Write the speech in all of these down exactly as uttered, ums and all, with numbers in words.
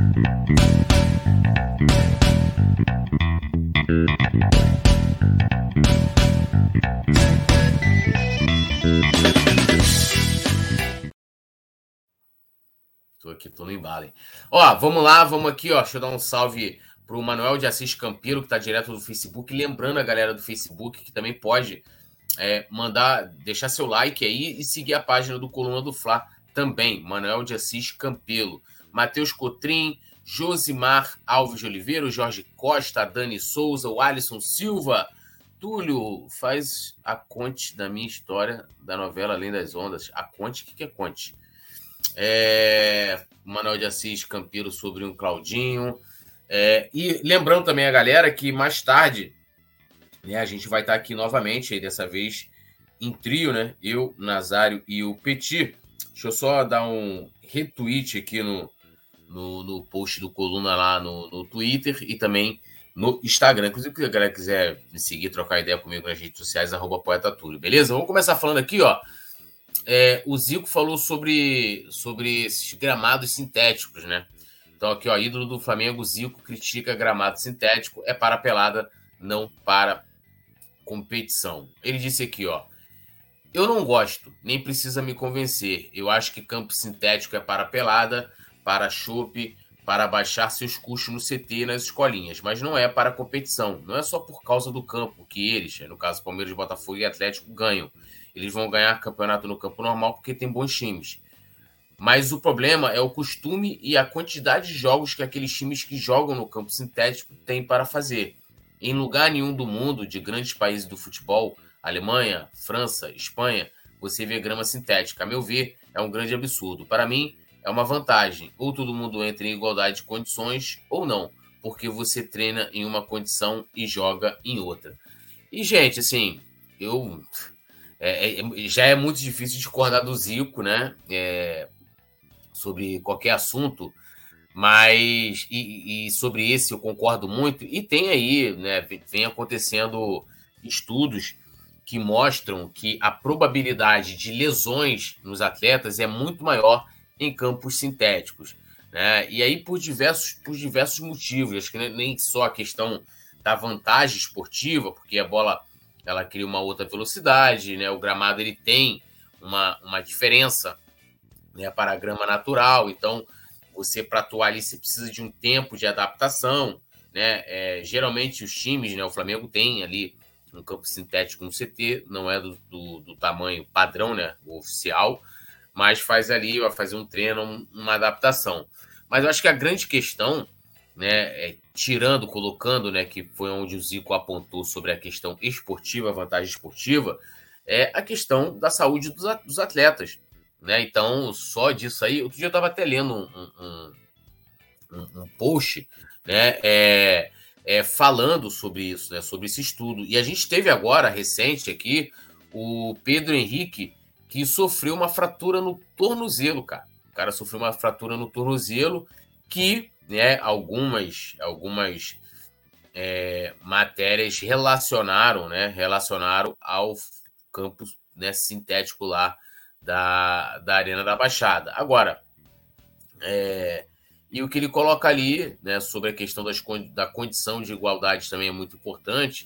Tô aqui, tô no embalo, hein? Ó, vamos lá, vamos aqui, ó. Deixa eu dar um salve pro Manuel de Assis Campelo, que tá direto do Facebook. Lembrando a galera do Facebook que também pode é, mandar, deixar seu like aí e seguir a página do Coluna do Fla também. Manuel de Assis Campelo. Matheus Cotrim, Josimar Alves de Oliveira, o Jorge Costa, a Dani Souza, o Alisson Silva. Túlio, faz a conte da minha história da novela Além das Ondas. A conte? O que, que é conte? É, Manuel de Assis Campelo sobre um Claudinho. É, e lembrando também a galera que mais tarde, né, a gente vai estar aqui novamente, aí dessa vez em trio, né? Eu, Nazário e o Petit. Deixa eu só dar um retweet aqui no, no, no post do Coluna lá no, no Twitter e também no Instagram. Inclusive, se a galera quiser me seguir, trocar ideia comigo nas redes sociais, arroba Poeta Túlio, beleza? Vamos começar falando aqui, ó. É, o Zico falou sobre, sobre esses gramados sintéticos, né? Então aqui, ó, ídolo do Flamengo, Zico critica gramado sintético, é para pelada, não para competição. Ele disse aqui, ó, eu não gosto, nem precisa me convencer. Eu acho que campo sintético é para pelada, para chope, para baixar seus custos no C T e nas escolinhas, mas não é para competição. Não é só por causa do campo que eles, no caso Palmeiras, Botafogo e Atlético, ganham. Eles vão ganhar campeonato no campo normal porque tem bons times. Mas o problema é o costume e a quantidade de jogos que aqueles times que jogam no campo sintético têm para fazer. Em lugar nenhum do mundo, de grandes países do futebol, Alemanha, França, Espanha, você vê grama sintética. A meu ver, é um grande absurdo. Para mim, é uma vantagem. Ou todo mundo entra em igualdade de condições, ou não. Porque você treina em uma condição e joga em outra. E, gente, assim, eu... É, é, já é muito difícil discordar do Zico, né? É, sobre qualquer assunto, mas e, e sobre esse eu concordo muito. E tem aí, né? Vem acontecendo estudos que mostram que a probabilidade de lesões nos atletas é muito maior em campos sintéticos, né? E aí por diversos, por diversos motivos. Acho que nem só a questão da vantagem esportiva, porque a bola ela cria uma outra velocidade, né? O gramado ele tem uma, uma diferença, né, para a grama natural, então você para atuar ali você precisa de um tempo de adaptação, né? É, geralmente os times, né, o Flamengo tem ali um campo sintético no C T, não é do, do, do tamanho padrão, né, o oficial, mas faz ali, vai fazer um treino, uma adaptação. Mas eu acho que a grande questão, né, é, tirando, colocando, né, que foi onde o Zico apontou sobre a questão esportiva, a vantagem esportiva, é a questão da saúde dos, dos atletas, né? Então, só disso aí, outro dia eu estava até lendo um, um, um, um post, né, é, é, falando sobre isso, né, sobre esse estudo. E a gente teve agora, recente aqui, o Pedro Henrique, que sofreu uma fratura no tornozelo, cara. O cara sofreu uma fratura no tornozelo que, né, algumas, algumas é, matérias relacionaram, né, relacionaram ao campo, né, sintético lá da, da Arena da Baixada. Agora, é, e o que ele coloca ali, né, sobre a questão das, da condição de igualdade também é muito importante.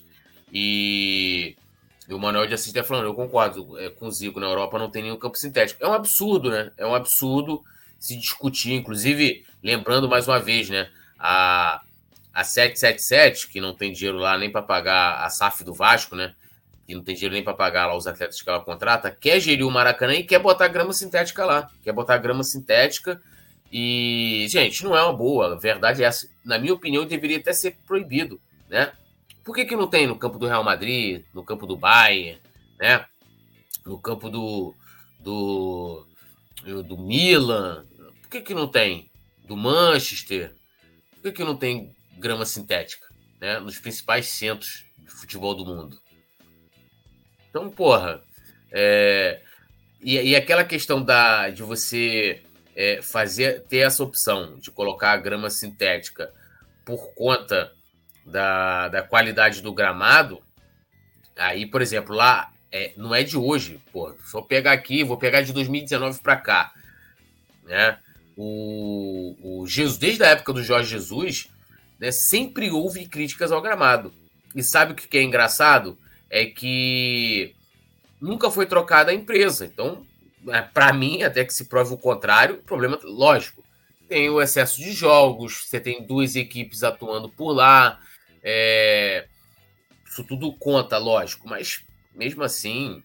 E, e o Manuel de Assis está falando, eu concordo é, com o Zico, na Europa não tem nenhum campo sintético. É um absurdo, né? É um absurdo se discutir, inclusive, lembrando mais uma vez, né, a, a sete sete sete, que não tem dinheiro lá nem para pagar a S A F do Vasco, né, que não tem dinheiro nem para pagar lá os atletas que ela contrata, quer gerir o Maracanã e quer botar grama sintética lá, quer botar grama sintética e, gente, não é uma boa, a verdade é essa. Na minha opinião, deveria até ser proibido, né? Por que que não tem no campo do Real Madrid, no campo do Bayern, né, no campo do, do do Milan, por que que não tem? Do Manchester, por que que não tem grama sintética, né? Nos principais centros de futebol do mundo. Então, porra, é... e, e aquela questão da, de você é, fazer, ter essa opção de colocar a grama sintética por conta da, da qualidade do gramado, aí, por exemplo, lá É, não é de hoje, pô. Se eu pegar aqui, vou pegar de dois mil e dezenove para cá, né? o, o Jesus, desde a época do Jorge Jesus, né, sempre houve críticas ao gramado. E sabe o que é engraçado? É que nunca foi trocada a empresa. Então, para mim, até que se prove o contrário, o problema, lógico, tem o excesso de jogos, você tem duas equipes atuando por lá, é, isso tudo conta, lógico, mas mesmo assim,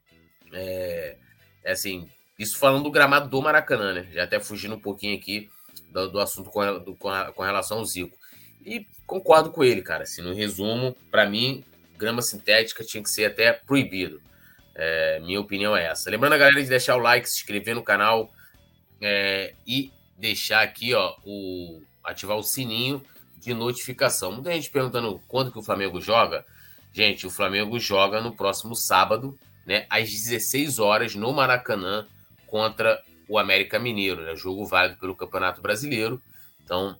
é, é assim, isso falando do gramado do Maracanã, né? Já até fugindo um pouquinho aqui do, do assunto com, do, com relação ao Zico. E concordo com ele, cara. Assim, no resumo, para mim, grama sintética tinha que ser até proibido. É, minha opinião é essa. Lembrando a galera de deixar o like, se inscrever no canal é, e deixar aqui, ó, o, ativar o sininho de notificação. Muita gente perguntando quando que o Flamengo joga. Gente, o Flamengo joga no próximo sábado, né, às dezesseis horas, no Maracanã, contra o América Mineiro, né, jogo válido pelo Campeonato Brasileiro. Então,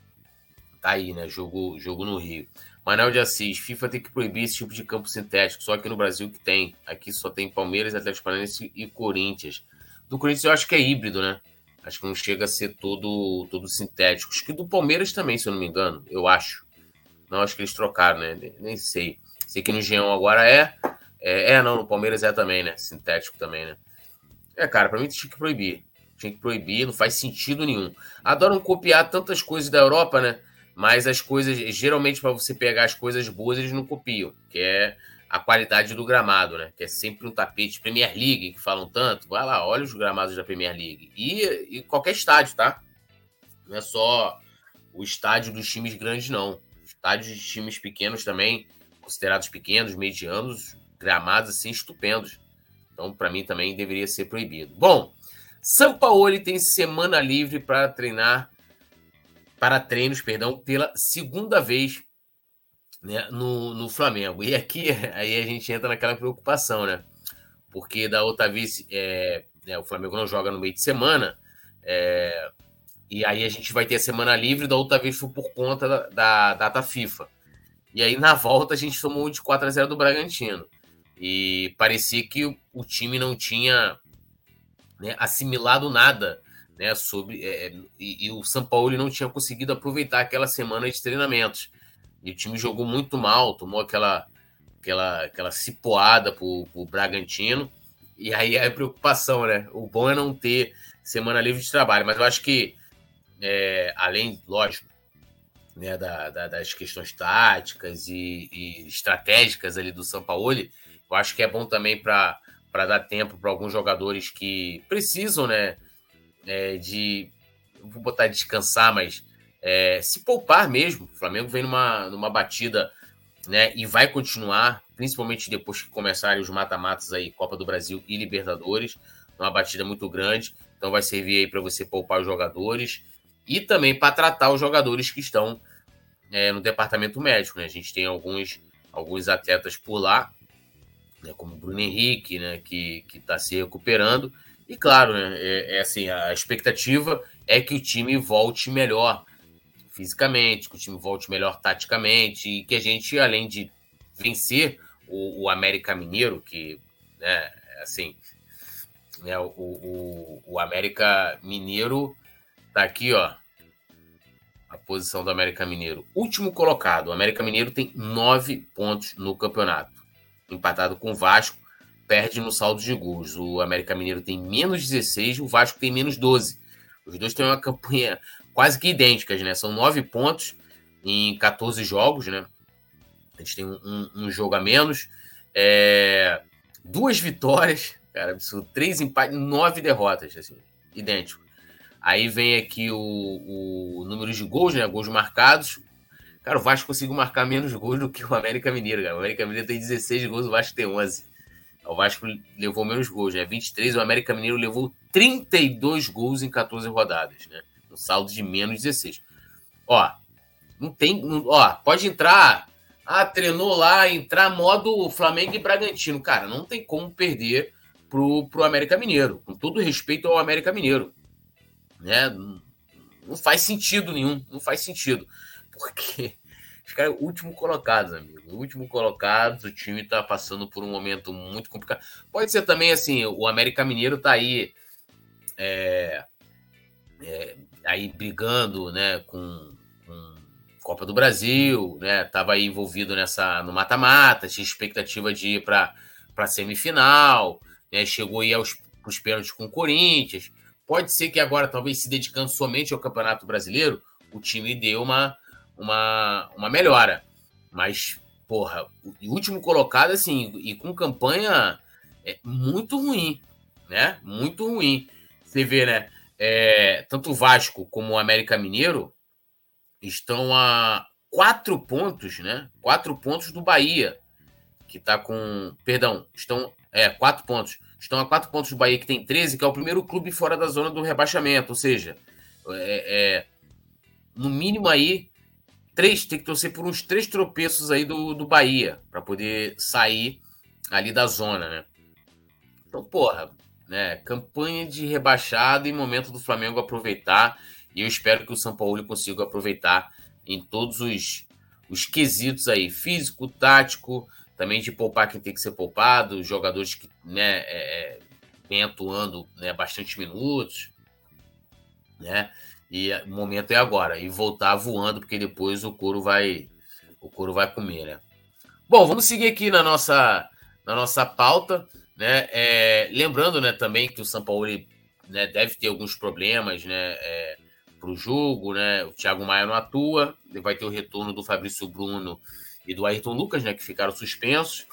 tá aí, né, jogo, jogo no Rio. Manuel de Assis, FIFA tem que proibir esse tipo de campo sintético, só aqui no Brasil que tem. Aqui só tem Palmeiras, Atlético Paranaense e Corinthians. Do Corinthians eu acho que é híbrido, né? Acho que não chega a ser todo, todo sintético. Acho que do Palmeiras também, se eu não me engano, eu acho. Não, acho que eles trocaram, né? Nem, nem sei. Sei que no G um agora é, é. É, não, no Palmeiras é também, né? Sintético também, né? É, cara, pra mim tinha que proibir. Tinha que proibir, não faz sentido nenhum. Adoram copiar tantas coisas da Europa, né? Mas as coisas, geralmente, para você pegar as coisas boas, eles não copiam, que é a qualidade do gramado, né? Que é sempre um tapete. Premier League, que falam tanto, vai lá, olha os gramados da Premier League. E, e qualquer estádio, tá? Não é só o estádio dos times grandes, não. Estádios de times pequenos também, considerados pequenos, medianos, gramados assim estupendos. Então, para mim, também deveria ser proibido. Bom, Sampaoli tem semana livre para treinar para treinos, perdão, pela segunda vez, né, no, no Flamengo. E aqui aí a gente entra naquela preocupação, né? Porque da outra vez é, né, o Flamengo não joga no meio de semana, é, e aí a gente vai ter a semana livre, da outra vez foi por conta da, da data FIFA. E aí na volta a gente tomou de quatro a zero do Bragantino. E parecia que o, o time não tinha, né, assimilado nada, né, sobre, é, e, e o Sampaoli não tinha conseguido aproveitar aquela semana de treinamentos. E o time jogou muito mal, tomou aquela, aquela, aquela cipoada pro, pro Bragantino. E aí é a preocupação, né? O bom é não ter semana livre de trabalho, mas eu acho que, é, além, lógico, né, da, da, das questões táticas e, e estratégicas ali do Sampaoli, eu acho que é bom também para para dar tempo para alguns jogadores que precisam, né, é, de, vou botar descansar, mas é, se poupar mesmo. O Flamengo vem numa, numa batida, né, e vai continuar, principalmente depois que começarem os mata-matas aí, Copa do Brasil e Libertadores, uma batida muito grande. Então vai servir aí para você poupar os jogadores e também para tratar os jogadores que estão é, no departamento médico, né? A gente tem alguns, alguns atletas por lá, né, como o Bruno Henrique, né, que está se recuperando. E claro, né, é, é assim, a expectativa é que o time volte melhor fisicamente, que o time volte melhor taticamente e que a gente, além de vencer o, o América Mineiro, que, né, assim, né, o, o, o América Mineiro tá aqui, ó, a posição do América Mineiro. Último colocado, o América Mineiro tem nove pontos no campeonato. Empatado com o Vasco, perde no saldo de gols. O América Mineiro tem menos dezesseis, o Vasco tem menos doze. Os dois têm uma campanha quase que idênticas, né? São nove pontos em quatorze jogos, né? A gente tem um, um, um jogo a menos. É... Duas vitórias, cara, absurdo. Três empates, nove derrotas, assim, idêntico. Aí vem aqui o, o número de gols, né? Gols marcados. Cara, o Vasco conseguiu marcar menos gols do que o América Mineiro, cara. O América Mineiro tem dezesseis gols, o Vasco tem onze. O Vasco levou menos gols, né? vinte e três, o América Mineiro levou trinta e dois gols em quatorze rodadas, né? Um saldo de menos dezesseis. Ó, não tem... Ó, pode entrar... Ah, treinou lá, entrar modo Flamengo e Bragantino. Cara, não tem como perder pro, pro América Mineiro. Com todo respeito ao América Mineiro. Né? Não faz sentido nenhum. Não faz sentido. Porque os caras, último colocados, amigo. Último colocados, o time tá passando por um momento muito complicado. Pode ser também assim, o América Mineiro tá aí é, é, aí brigando, né, com, com Copa do Brasil, né, tava aí envolvido nessa, no mata-mata, tinha expectativa de ir para a semifinal, né, chegou aí aos os pênaltis com o Corinthians. Pode ser que agora, talvez se dedicando somente ao Campeonato Brasileiro, o time dê uma, uma, uma melhora. Mas, porra, o último colocado, assim, e com campanha é muito ruim, né? Muito ruim. Você vê, né? É, tanto o Vasco como o América Mineiro estão a quatro pontos, né? Quatro pontos do Bahia, que tá com... Perdão, estão... É, quatro pontos. Estão a quatro pontos do Bahia, que tem treze, que é o primeiro clube fora da zona do rebaixamento. Ou seja, é, é, no mínimo aí, três, tem que torcer por uns três tropeços aí do, do Bahia, para poder sair ali da zona, né? Então, porra, né? Campanha de rebaixado e momento do Flamengo aproveitar. E eu espero que o São Paulo consiga aproveitar em todos os, os quesitos aí, físico, tático, também de poupar quem tem que ser poupado, jogadores que, né, é, vem atuando, né, bastante minutos, né? E o momento é agora, e voltar voando, porque depois o couro vai, o couro vai comer, né? Bom, vamos seguir aqui na nossa, na nossa pauta, né? É, lembrando, né, também que o São Paulo, né, deve ter alguns problemas, né, é, para o jogo, né? O Thiago Maia não atua, vai ter o retorno do Fabrício Bruno e do Ayrton Lucas, né, que ficaram suspensos.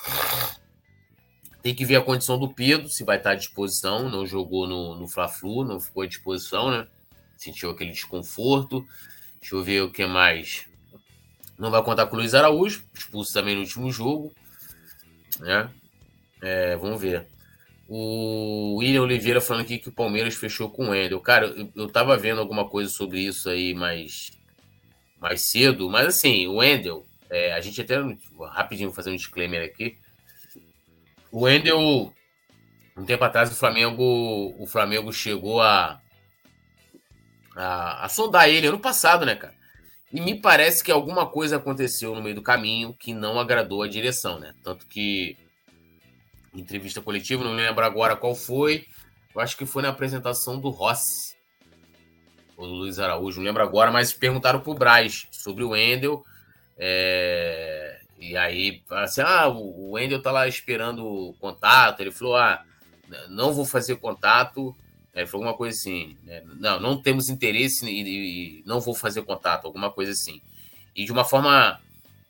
Tem que ver a condição do Pedro, se vai estar à disposição. Não jogou no, no Fla-Flu, não ficou à disposição, né? Sentiu aquele desconforto. Deixa eu ver o que mais. Não vai contar com o Luiz Araújo, expulso também no último jogo, né? É, vamos ver. O William Oliveira falando aqui que o Palmeiras fechou com o Wendel. Cara, eu, eu tava vendo alguma coisa sobre isso aí mais, mais cedo, mas assim, o Wendel, é, a gente até, rapidinho, vou fazer um disclaimer aqui. O Wendel, um tempo atrás, o Flamengo, o Flamengo chegou a, a, a sondar ele ano passado, né, cara? E me parece que alguma coisa aconteceu no meio do caminho que não agradou a direção, né? Tanto que, em entrevista coletiva, não lembro agora qual foi, eu acho que foi na apresentação do Rossi, ou do Luiz Araújo, não lembro agora, mas perguntaram pro Braz sobre o Wendel, é... e aí, assim, ah, o Wendel tá lá esperando o contato, ele falou, ah, não vou fazer contato, ele falou alguma coisa assim, né? não, não temos interesse e, e não vou fazer contato, alguma coisa assim. E de uma forma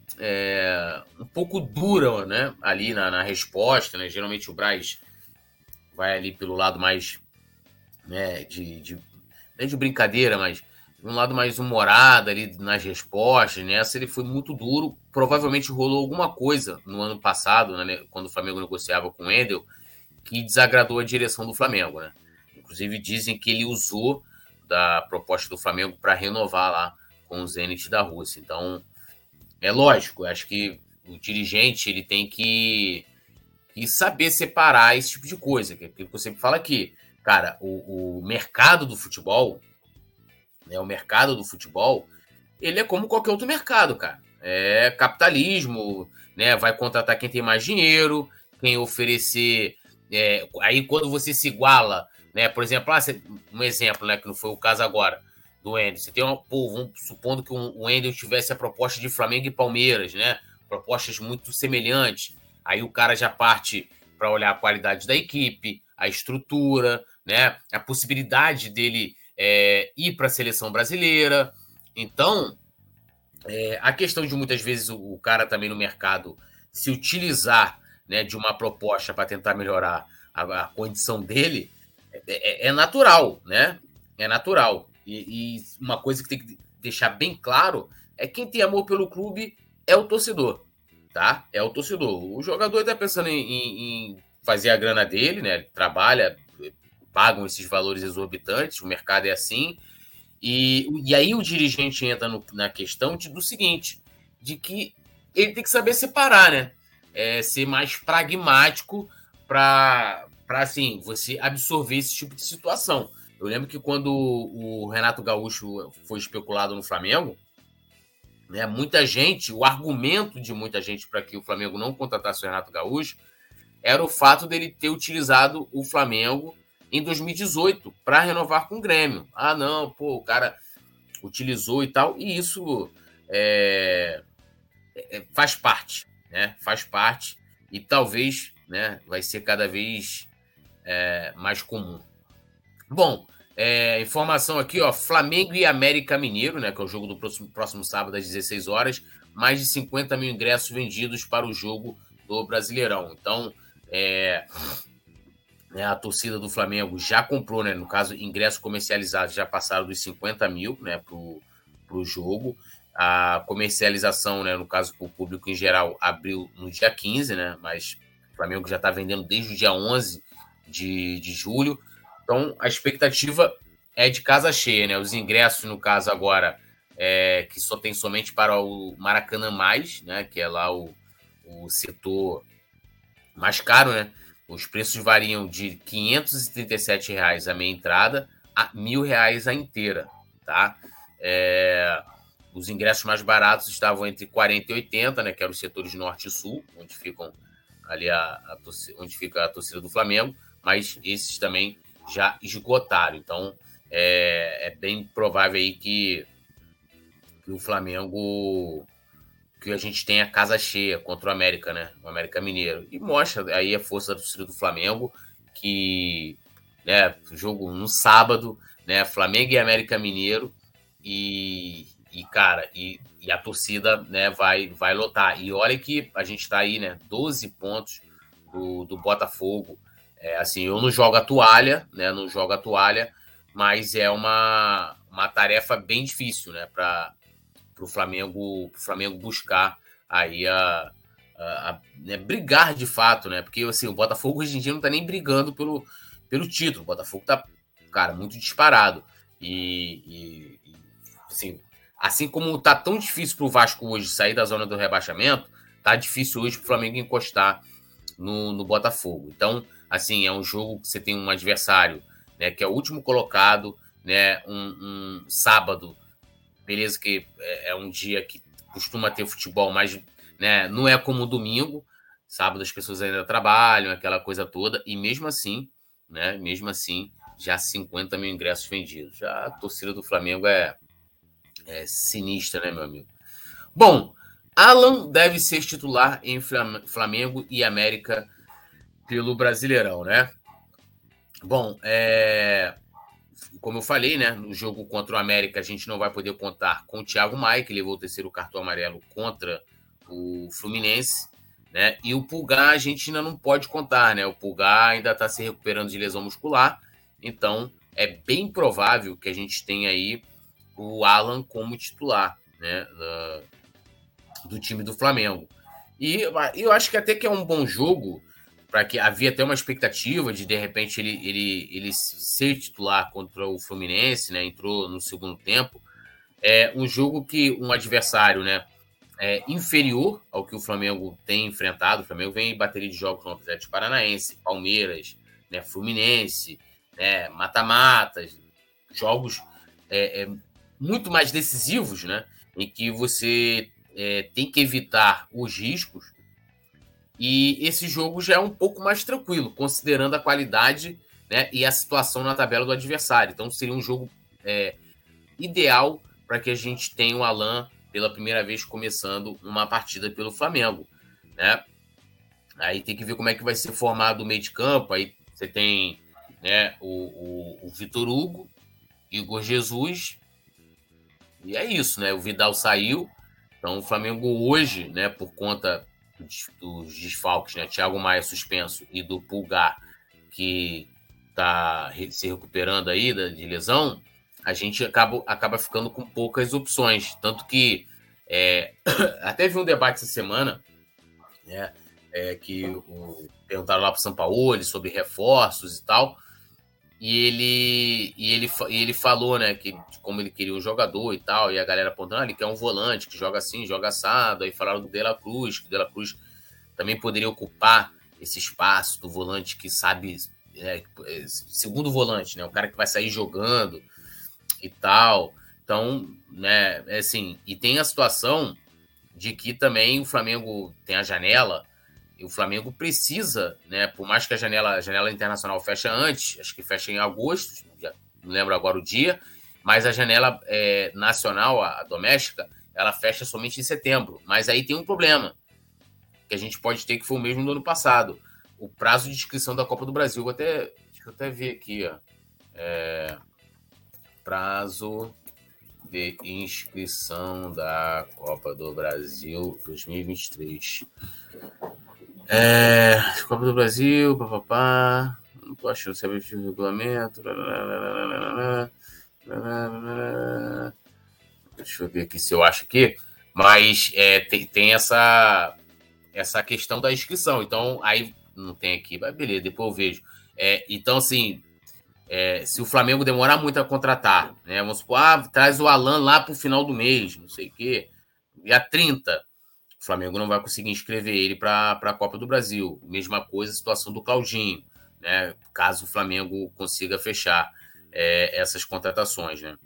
é, um pouco dura, né, ali na, na resposta, né? Geralmente o Braz vai ali pelo lado mais, né, de, de, não é de brincadeira, mas um lado mais humorado ali nas respostas. Nessa ele foi muito duro, provavelmente rolou alguma coisa no ano passado, né, quando o Flamengo negociava com o Wendel, que desagradou a direção do Flamengo, né? Inclusive dizem que ele usou da proposta do Flamengo para renovar lá com o Zenit da Rússia. Então, é lógico, acho que o dirigente ele tem que, que saber separar esse tipo de coisa. Que é aquilo que eu sempre falo aqui. Cara, o, o mercado do futebol, né, o mercado do futebol, ele é como qualquer outro mercado, cara. É capitalismo, né? Vai contratar quem tem mais dinheiro, quem oferecer... É, aí quando você se iguala, né? Por exemplo, ah, você, um exemplo, né? Que não foi o caso agora do Wendel. Você tem uma, pô, vamos, supondo que o Wendel tivesse a proposta de Flamengo e Palmeiras, né? Propostas muito semelhantes. Aí o cara já parte para olhar a qualidade da equipe, a estrutura, né? A possibilidade dele é, ir para a seleção brasileira. Então, é, a questão de muitas vezes o, o cara também no mercado se utilizar, né, de uma proposta para tentar melhorar a, a condição dele é, é, natural, né? É natural. E, e uma coisa que tem que deixar bem claro é que quem tem amor pelo clube é o torcedor, tá? É o torcedor. O jogador está pensando em, em, em fazer a grana dele, né? Ele trabalha, pagam esses valores exorbitantes, o mercado é assim. E, e aí o dirigente entra no, na questão de, do seguinte, de que ele tem que saber separar, né? É, ser mais pragmático para, assim, você absorver esse tipo de situação. Eu lembro que quando o Renato Gaúcho foi especulado no Flamengo, né, muita gente, o argumento de muita gente para que o Flamengo não contratasse o Renato Gaúcho era o fato dele ter utilizado o Flamengo, em dois mil e dezoito para renovar com o Grêmio. Ah, não, pô, o cara utilizou e tal, e isso é, é, faz parte, né? Faz parte e talvez, né, vai ser cada vez é, mais comum. Bom, é, informação aqui, ó, Flamengo e América Mineiro, né, que é o jogo do próximo, próximo sábado às dezesseis horas, mais de cinquenta mil ingressos vendidos para o jogo do Brasileirão. Então, é, é, a torcida do Flamengo já comprou, né, no caso, ingressos comercializados já passaram dos cinquenta mil, né, para o jogo. A comercialização, né, no caso, para o público em geral, abriu no dia quinze, né, mas o Flamengo já está vendendo desde o dia onze de, de julho. Então, a expectativa é de casa cheia, né? Os ingressos, no caso, agora, é, que só tem somente para o Maracanã Mais, né? Que é lá o, o setor mais caro, né? Os preços variam de quinhentos e trinta e sete reais a meia entrada a mil reais a inteira, tá? É, os ingressos mais baratos estavam entre quarenta e oitenta, né? Que eram os setores norte e sul, onde ficam ali a, a torcida, onde fica a torcida do Flamengo, mas esses também já esgotaram. Então, é, é bem provável aí que, que o Flamengo, que a gente tenha casa cheia contra o América, né? O América Mineiro. E mostra aí a força da torcida do Flamengo, que, né, jogo no sábado, né? Flamengo e América Mineiro, e, e cara, e, e a torcida, né, vai, vai lotar. E olha que a gente tá aí, né? doze pontos do, do Botafogo. É, assim, eu não jogo a toalha, né? Não jogo a toalha, mas é uma, uma tarefa bem difícil, né? Para o Flamengo, pro Flamengo buscar aí a, a, a né? brigar de fato, né? Porque assim, o Botafogo hoje em dia não tá nem brigando pelo, pelo título. O Botafogo tá, cara, muito disparado. E, e, e assim, assim como tá tão difícil pro Vasco hoje sair da zona do rebaixamento, tá difícil hoje pro Flamengo encostar no, no Botafogo. Então, assim, é um jogo que você tem um adversário, né, que é o último colocado, né, um, um sábado, beleza, que é, é um dia que costuma ter futebol, mas, né, não é como o domingo. Sábado as pessoas ainda trabalham, aquela coisa toda, e mesmo assim, né, mesmo assim, já cinquenta mil ingressos vendidos. Já a torcida do Flamengo é, é sinistra, né, meu amigo? Bom, Alan deve ser titular em Flamengo e América pelo Brasileirão, né? Bom, é... como eu falei, né? No jogo contra o América, a gente não vai poder contar com o Thiago Maia, que levou o terceiro cartão amarelo contra o Fluminense, né? E o Pulgar a gente ainda não pode contar, né? O Pulgar ainda está se recuperando de lesão muscular, então é bem provável que a gente tenha aí o Alan como titular, né? Do time do Flamengo. E eu acho que até que é um bom jogo, para que havia até uma expectativa de, de repente, ele, ele, ele ser titular contra o Fluminense, né? Entrou no segundo tempo. É um jogo que um adversário, né, é inferior ao que o Flamengo tem enfrentado. O Flamengo vem em bateria de jogos no Atlético Paranaense, Palmeiras, né, Fluminense, né, mata-matas, jogos é, é, muito mais decisivos, né, em que você é, tem que evitar os riscos. E esse jogo já é um pouco mais tranquilo, considerando a qualidade, né, e a situação na tabela do adversário. Então seria um jogo é, ideal para que a gente tenha o Alan pela primeira vez começando uma partida pelo Flamengo, né? Aí tem que ver como é que vai ser formado o meio de campo. Aí você tem, né, o, o, o Vitor Hugo, Igor Jesus, e é isso, né? O Vidal saiu, então o Flamengo hoje, né, por conta dos desfalques, né, Thiago Maia suspenso e do Pulgar, que está se recuperando aí de lesão, a gente acaba, acaba ficando com poucas opções. Tanto que é, até vi um debate essa semana, né, é, que o, perguntaram lá para o Sampaoli sobre reforços e tal, e ele, e ele, e ele falou, né, que como ele queria um jogador e tal, e a galera apontando, ah, ele quer um volante que joga assim, joga assado. Aí falaram do De La Cruz, que o De La Cruz também poderia ocupar esse espaço do volante que sabe, é, segundo volante, né, o cara que vai sair jogando e tal. Então, né, é assim, e tem a situação de que também o Flamengo tem a janela o Flamengo precisa, né? Por mais que a janela, a janela internacional feche antes, acho que fecha em agosto, já não lembro agora o dia, mas a janela é, nacional, a, a doméstica, ela fecha somente em setembro. Mas aí tem um problema que a gente pode ter, que foi o mesmo do ano passado. O prazo de inscrição da Copa do Brasil. Vou até, deixa eu até ver aqui, ó. É, prazo de inscrição da Copa do Brasil dois mil e vinte e três. É, Copa do Brasil, papapá. Não tô achando se é o regulamento. Deixa eu ver aqui se eu acho aqui. Mas é, tem, tem essa, essa questão da inscrição. Então, aí não tem aqui, mas beleza, depois eu vejo. É, então, assim, é, se o Flamengo demorar muito a contratar, né? Vamos supor, ah, traz o Alan lá pro final do mês, não sei o quê, dia trinta. O Flamengo não vai conseguir inscrever ele para a Copa do Brasil. Mesma coisa a situação do Claudinho, né? Caso o Flamengo consiga fechar é, essas contratações, né?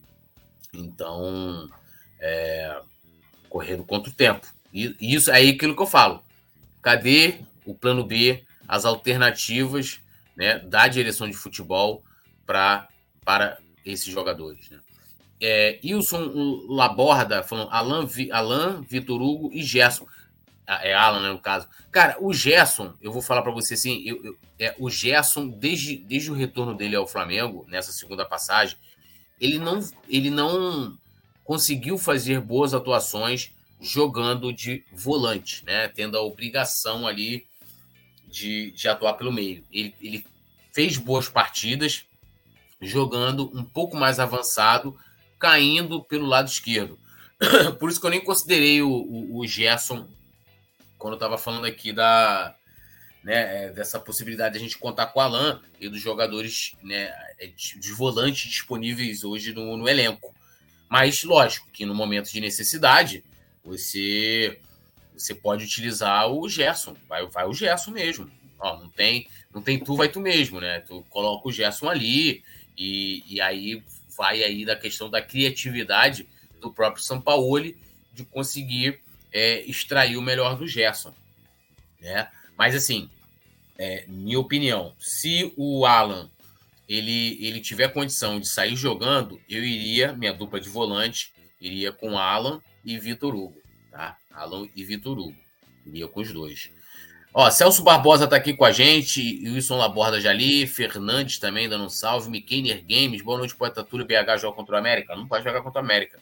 Então, é, correndo contra o tempo. E isso é aquilo que eu falo. Cadê o plano B, as alternativas, né, da direção de futebol pra, para esses jogadores, né? É, Wilson Laborda falando Alan, Alan, Vitor Hugo e Gerson. É Alan, né, no caso. Cara, o Gerson, eu vou falar para você assim, eu, eu, é, o Gerson, desde, desde o retorno dele ao Flamengo, nessa segunda passagem, ele não, ele não conseguiu fazer boas atuações jogando de volante, né? Tendo a obrigação ali de, de atuar pelo meio. Ele, ele fez boas partidas jogando um pouco mais avançado, caindo pelo lado esquerdo. Por isso que eu nem considerei o, o, o Gerson quando eu estava falando aqui da, né, dessa possibilidade de a gente contar com o Alan e dos jogadores, né, de, de volante disponíveis hoje no, no elenco. Mas, lógico, que no momento de necessidade, você, você pode utilizar o Gerson. Vai, vai o Gerson mesmo. Ó, não, tem, não tem tu, vai tu mesmo, né? Tu coloca o Gerson ali e, e aí vai aí da questão da criatividade do próprio Sampaoli de conseguir é, extrair o melhor do Gerson, né? Mas, assim, é, minha opinião, se o Alan ele, ele tiver condição de sair jogando, eu iria, minha dupla de volante, iria com Alan e Vitor Hugo, tá? Alan e Vitor Hugo. Iria com os dois. Ó, Celso Barbosa tá aqui com a gente, Wilson Laborda já ali, Fernandes também dando um salve, Mikener Games, boa noite, Poeta Túlio, B H joga contra o América? Não pode jogar contra o América.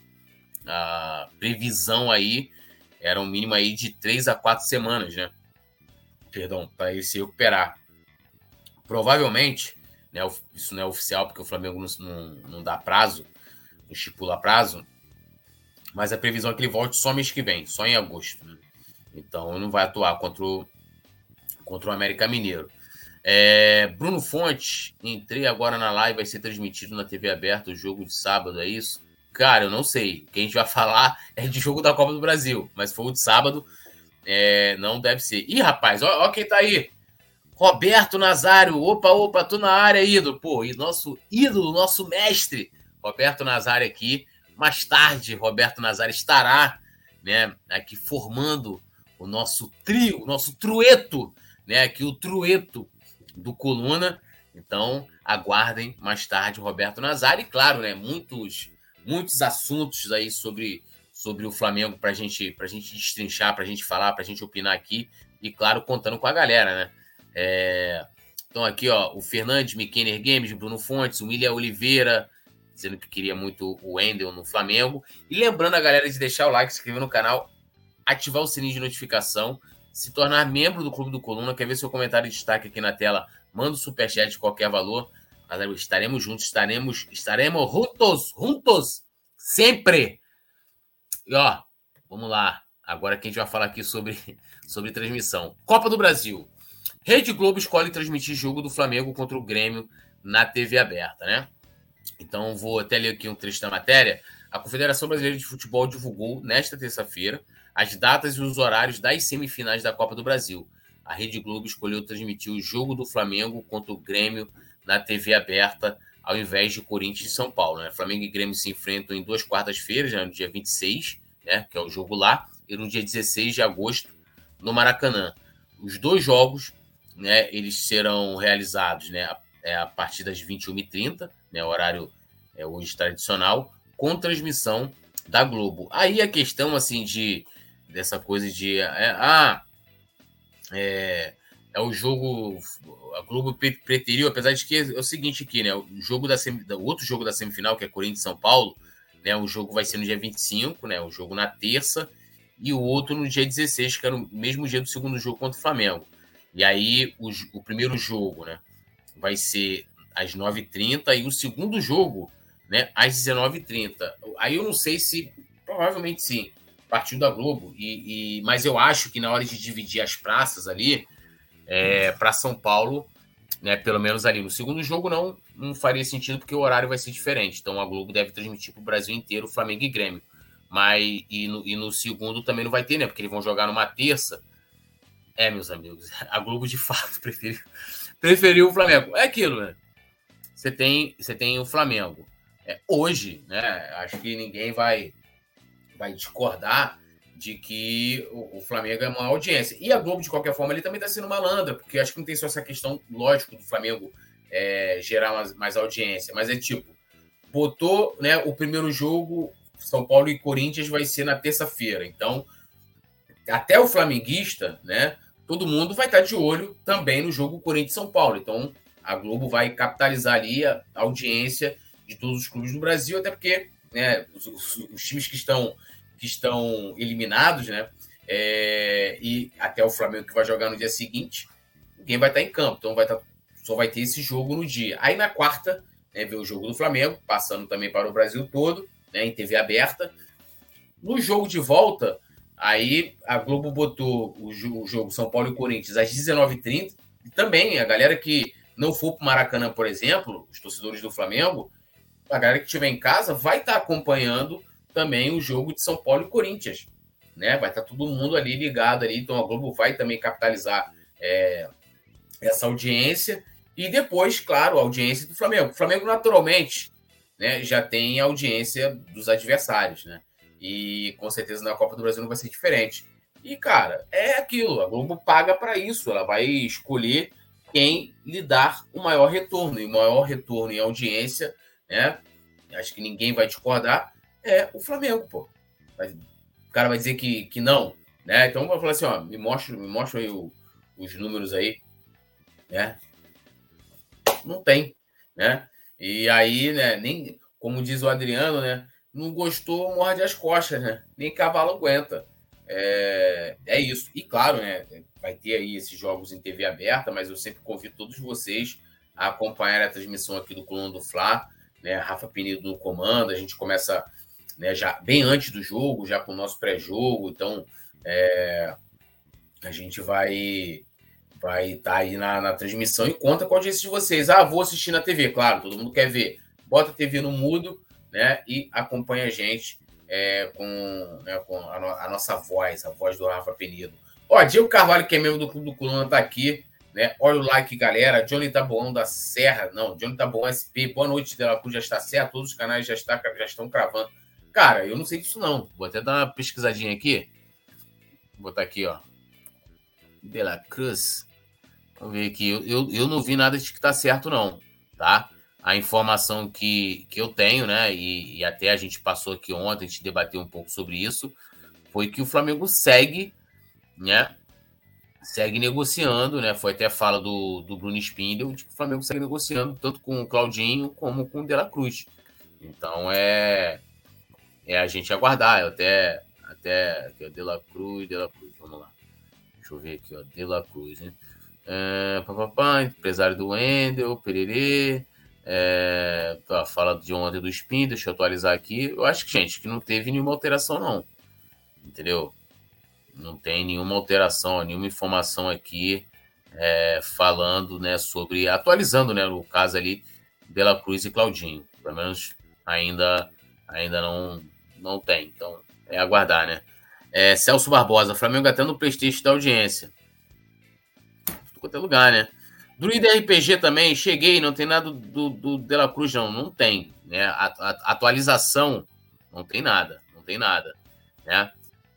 A previsão aí era um mínimo aí de três a quatro semanas, né? Perdão, para ele se recuperar. Provavelmente, né, isso não é oficial, porque o Flamengo não, não, não dá prazo, não estipula prazo, mas a previsão é que ele volte só mês que vem, só em agosto, né? Então, não vai atuar contra o, contra o América Mineiro. É, Bruno Fonte, entrei agora na live, vai ser transmitido na T V aberta o jogo de sábado, é isso? Cara, eu não sei. O que a gente vai falar é de jogo da Copa do Brasil, mas se for o de sábado, é, não deve ser. Ih, rapaz, ó, ó quem tá aí. Roberto Nazário, opa, opa, tô na área, ídolo. Pô, e nosso ídolo, nosso mestre, Roberto Nazário aqui. Mais tarde, Roberto Nazário estará, né, aqui formando o nosso trio, o nosso trueto, né, aqui o trueto do Coluna. Então, aguardem mais tarde o Roberto Nazário. E claro, né, muitos, muitos assuntos aí sobre, sobre o Flamengo pra gente, pra gente destrinchar, pra gente falar, pra gente opinar aqui. E claro, contando com a galera, né? É... Então aqui, ó, o Fernandes, Mikener Games, Bruno Fontes, o William Oliveira, dizendo que queria muito o Wendel no Flamengo. E lembrando a galera de deixar o like, se inscrever no canal, ativar o sininho de notificação, se tornar membro do Clube do Coluna. Quer ver seu comentário de destaque aqui na tela? Manda um superchat de qualquer valor. Mas estaremos juntos, estaremos, estaremos juntos, juntos, sempre. E ó, vamos lá. Agora que a gente vai falar aqui sobre, sobre transmissão. Copa do Brasil. Rede Globo escolhe transmitir jogo do Flamengo contra o Grêmio na T V aberta, né? Então, vou até ler aqui um trecho da matéria. A Confederação Brasileira de Futebol divulgou, nesta terça-feira, as datas e os horários das semifinais da Copa do Brasil. A Rede Globo escolheu transmitir o jogo do Flamengo contra o Grêmio na T V aberta, ao invés de Corinthians e São Paulo, né? Flamengo e Grêmio se enfrentam em duas quartas-feiras, né? No dia vinte e seis, né? Que é o jogo lá, e no dia dezesseis de agosto, no Maracanã. os dois jogos, né, eles serão realizados, né, a, é, a partir das vinte e uma e trinta, né, horário é, hoje tradicional, com transmissão da Globo. Aí a questão assim de dessa coisa de é, ah, é, é o jogo, a Globo preteriu, apesar de que é o seguinte aqui, né, o jogo da o outro jogo da semifinal, que é Corinthians e São Paulo, né, o jogo vai ser no dia vinte e cinco, né, o jogo na terça, e o outro no dia dezesseis, que era o mesmo dia do segundo jogo contra o Flamengo. E aí o, o primeiro jogo, né, vai ser às nove e trinta e o segundo jogo, né, às dezenove e trinta. Aí eu não sei se, provavelmente sim, partiu da Globo, e, e, mas eu acho que na hora de dividir as praças ali, é, para São Paulo, né, pelo menos ali no segundo jogo não, não faria sentido porque o horário vai ser diferente. Então a Globo deve transmitir para o Brasil inteiro Flamengo e Grêmio. Mas e no, e no segundo também não vai ter, né? Porque eles vão jogar numa terça. É, meus amigos, a Globo de fato preferiu, preferiu o Flamengo. É aquilo, né? Você tem, você tem o Flamengo. É, hoje, né? Acho que ninguém vai, vai discordar de que o, o Flamengo é uma audiência. E a Globo, de qualquer forma, ele também está sendo malandra, porque acho que não tem só essa questão, lógico, do Flamengo é, gerar mais, mais audiência, mas é tipo, botou, né, o primeiro jogo, São Paulo e Corinthians vai ser na terça-feira. Então, até o flamenguista, né, todo mundo vai estar de olho também no jogo Corinthians-São Paulo. Então, a Globo vai capitalizar ali a audiência de todos os clubes do Brasil, até porque, né, os, os, os times que estão, que estão eliminados, né, é, e até o Flamengo que vai jogar no dia seguinte, ninguém vai estar em campo. Então, vai estar, só vai ter esse jogo no dia. Aí, na quarta, né, ver o jogo do Flamengo, passando também para o Brasil todo, né, em T V aberta. No jogo de volta, aí a Globo botou o jogo São Paulo e Corinthians às dezenove e trinta. E também a galera que não for para o Maracanã, por exemplo, os torcedores do Flamengo, a galera que estiver em casa vai estar acompanhando também o jogo de São Paulo e Corinthians. Né? Vai estar todo mundo ali ligado ali. Então a Globo vai também capitalizar é, essa audiência. E depois, claro, a audiência do Flamengo. O Flamengo, naturalmente, né, já tem a audiência dos adversários, né? E com certeza na Copa do Brasil não vai ser diferente. E, cara, é aquilo. A Globo paga para isso. Ela vai escolher quem lhe dar o maior retorno. E o maior retorno em audiência, né? Acho que ninguém vai discordar, é o Flamengo, pô. O cara vai dizer que, que não, né? Então vai falar assim, ó, me mostra, me mostra aí o, os números aí, né? Não tem, né? E aí, né, nem, como diz o Adriano, né, não gostou, morde as costas, né? Nem cavalo aguenta. É, é isso. E claro, né, vai ter aí esses jogos em T V aberta, mas eu sempre convido todos vocês a acompanhar a transmissão aqui do Coluna do Fla, né? Rafa Penido no comando, a gente começa, né, já bem antes do jogo, já com o nosso pré-jogo, então é, a gente vai vai estar tá aí na, na transmissão e conta com a audiência de vocês. Ah, vou assistir na T V, claro, todo mundo quer ver. Bota a T V no mudo, né, e acompanha a gente é, com, né, com a, no, a nossa voz, a voz do Rafa Penido. Ó, Diego Carvalho, que é membro do Clube do Coluna, tá aqui, né? Olha o like, galera. Johnny Taboão da Serra, não, Johnny Taboão S P, boa noite, Dela Cruz, já está certo, todos os canais já, está, já estão cravando. Cara, eu não sei disso não, vou até dar uma pesquisadinha aqui, vou botar aqui, ó, Dela Cruz. Vamos ver aqui. Eu, eu, eu não vi nada de que tá certo, não, tá? A informação que, que eu tenho, né? E, e até a gente passou aqui ontem, a gente debateu um pouco sobre isso, foi que o Flamengo segue, né? Segue negociando, né? Foi até a fala do, do Bruno Spindel, de que o Flamengo segue negociando tanto com o Claudinho como com o De La Cruz. Então é, é a gente aguardar. Eu até, até aqui, ó, De La Cruz, De La Cruz, vamos lá. Deixa eu ver aqui, ó, De La Cruz, né? É, pá, pá, pá, empresário do Wendel, Pererê, é, a fala de ontem do Spin, deixa eu atualizar aqui. Eu acho que, gente, que não teve nenhuma alteração, não. Entendeu? Não tem nenhuma alteração, nenhuma informação aqui é, falando, né, sobre, atualizando, né, no caso ali, De La Cruz e Claudinho. Pelo menos ainda, ainda não, não tem. Então, é aguardar, né? É, Celso Barbosa, Flamengo até no PlayStation da audiência. Quanto é lugar, né? Druida R P G também, cheguei, não tem nada do, do De La Cruz, não. Não tem, né? A, a, atualização, não tem nada, não tem nada, né?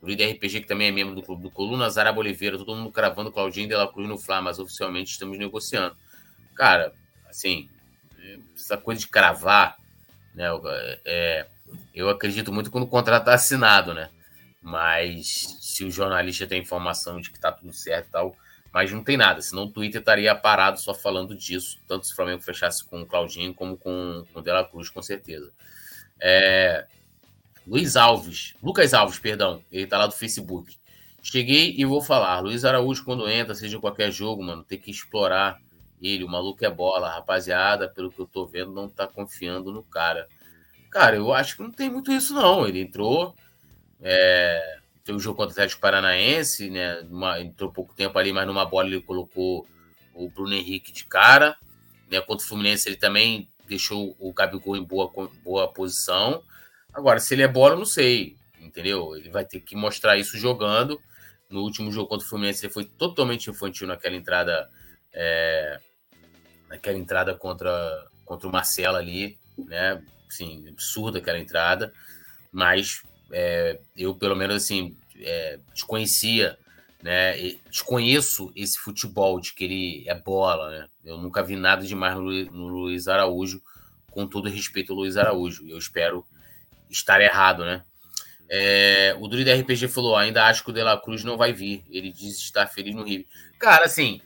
Druida R P G, que também é membro do Clube do Coluna, Zaraba Oliveira, todo mundo cravando Claudinho de la Cruz no Fla, mas oficialmente estamos negociando. Cara, assim, essa coisa de cravar, né, é, eu acredito muito quando o contrato está assinado, né? Mas se o jornalista tem informação de que tá tudo certo e tal, mas não tem nada, senão o Twitter estaria parado só falando disso, tanto se o Flamengo fechasse com o Claudinho como com o de la Cruz, com certeza. É... Luiz Alves, Lucas Alves, perdão, ele tá lá do Facebook. Cheguei e vou falar, Luiz Araújo quando entra, seja em qualquer jogo, mano, tem que explorar ele, o maluco é bola, rapaziada, pelo que eu tô vendo, não tá confiando no cara. Cara, eu acho que não tem muito isso não, ele entrou, é... tem o jogo contra o Atlético Paranaense, né, uma... entrou pouco tempo ali, mas numa bola ele colocou o Bruno Henrique de cara, né, contra o Fluminense ele também deixou o Gabigol em boa, boa posição. Agora, se ele é bola, eu não sei, entendeu? Ele vai ter que mostrar isso jogando. No último jogo contra o Fluminense, ele foi totalmente infantil naquela entrada, é, naquela entrada contra, contra o Marcelo ali, né? Assim, absurda aquela entrada. Mas é, eu, pelo menos, assim, é, desconhecia, né? E desconheço esse futebol de que ele é bola, né? Eu nunca vi nada demais no, no Luiz Araújo, com todo respeito ao Luiz Araújo. E eu espero estar errado, né? É, o Druida R P G falou, ainda acho que o De La Cruz não vai vir. Ele diz estar feliz no River. Cara, assim,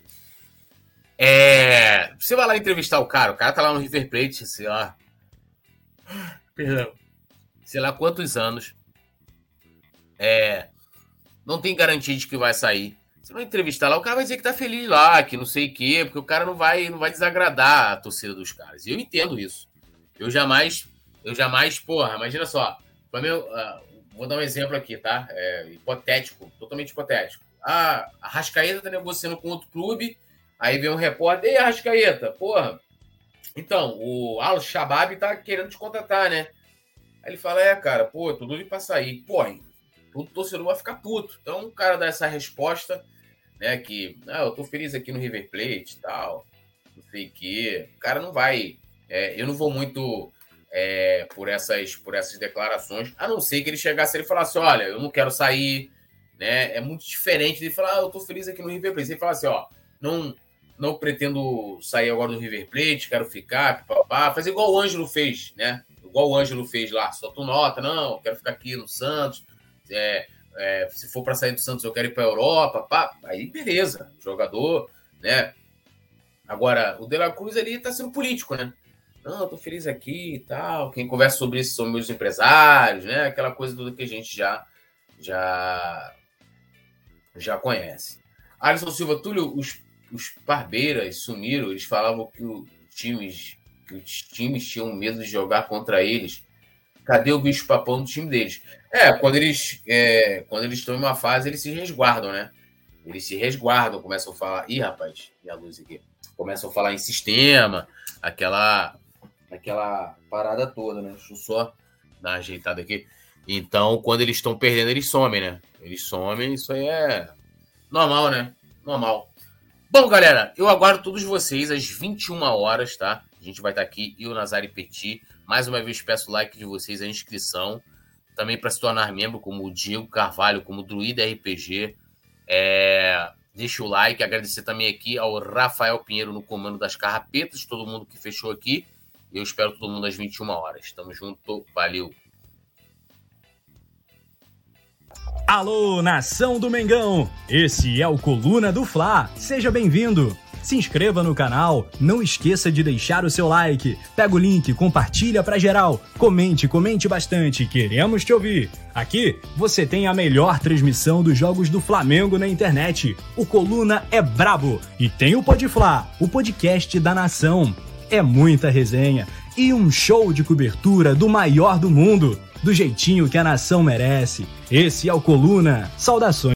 é, você vai lá entrevistar o cara, o cara tá lá no River Plate, sei lá, perdão, sei lá quantos anos, é, não tem garantia de que vai sair. Você vai entrevistar lá, o cara vai dizer que tá feliz lá, que não sei o quê, porque o cara não vai, não vai desagradar a torcida dos caras. E eu entendo isso. Eu jamais... Eu jamais, porra, imagina só. Flamengo, uh, vou dar um exemplo aqui, tá? É, hipotético, totalmente hipotético. Ah, a Arrascaeta tá negociando com outro clube, aí vem um repórter, ei, Arrascaeta, porra, então, o Al-Shabaab tá querendo te contratar, né? Aí ele fala, é, cara, pô, tô doido pra sair. Porra, o torcedor vai ficar puto. Então o cara dá essa resposta, né, que, ah, eu tô feliz aqui no River Plate e tal, não sei o quê. O cara não vai... É, eu não vou muito... É, por, essas, por essas declarações, a não ser que ele chegasse e ele falasse, olha, eu não quero sair, né? É muito diferente de falar, ah, eu tô feliz aqui no River Plate. Ele fala assim, ó, não, não pretendo sair agora do River Plate, quero ficar, papá. Fazer igual o Ângelo fez, né? Igual o Ângelo fez lá, só tu nota, não, quero ficar aqui no Santos, é, é, se for para sair do Santos eu quero ir para Europa, pá. Aí beleza, jogador, né? Agora, o De La Cruz ali tá sendo político, né? Não, eu tô feliz aqui e tal. Quem conversa sobre isso são meus empresários, né? Aquela coisa toda que a gente já, já, já conhece. Alisson Silva, Túlio, os, os Barbeiras sumiram. Eles falavam que, o times, que os times tinham medo de jogar contra eles. Cadê o bicho-papão do time deles? É, quando eles é, quando eles estão em uma fase, eles se resguardam, né? Eles se resguardam, começam a falar... Ih, rapaz, e a luz aqui? Começam a falar em sistema, aquela... aquela parada toda, né? Deixa eu só dar uma ajeitada aqui. Então, quando eles estão perdendo, eles somem, né? Eles somem, isso aí é normal, né? Normal. Bom, galera, eu aguardo todos vocês às vinte e uma horas, tá? A gente vai estar aqui, eu, Nazari Petit. Mais uma vez, peço o like de vocês, a inscrição. Também para se tornar membro, como o Diego Carvalho, como o Druida R P G. É... Deixa o like. Agradecer também aqui ao Rafael Pinheiro no comando das carrapetas, todo mundo que fechou aqui. Eu espero todo mundo às vinte e uma horas. Tamo junto. Valeu. Alô, nação do Mengão! Esse é o Coluna do Fla. Seja bem-vindo. Se inscreva no canal, não esqueça de deixar o seu like. Pega o link, compartilha pra geral. Comente, comente bastante, queremos te ouvir. Aqui você tem a melhor transmissão dos jogos do Flamengo na internet. O Coluna é brabo e tem o Pod Fla, o podcast da nação. É muita resenha e um show de cobertura do maior do mundo, do jeitinho que a nação merece. Esse é o Coluna. Saudações.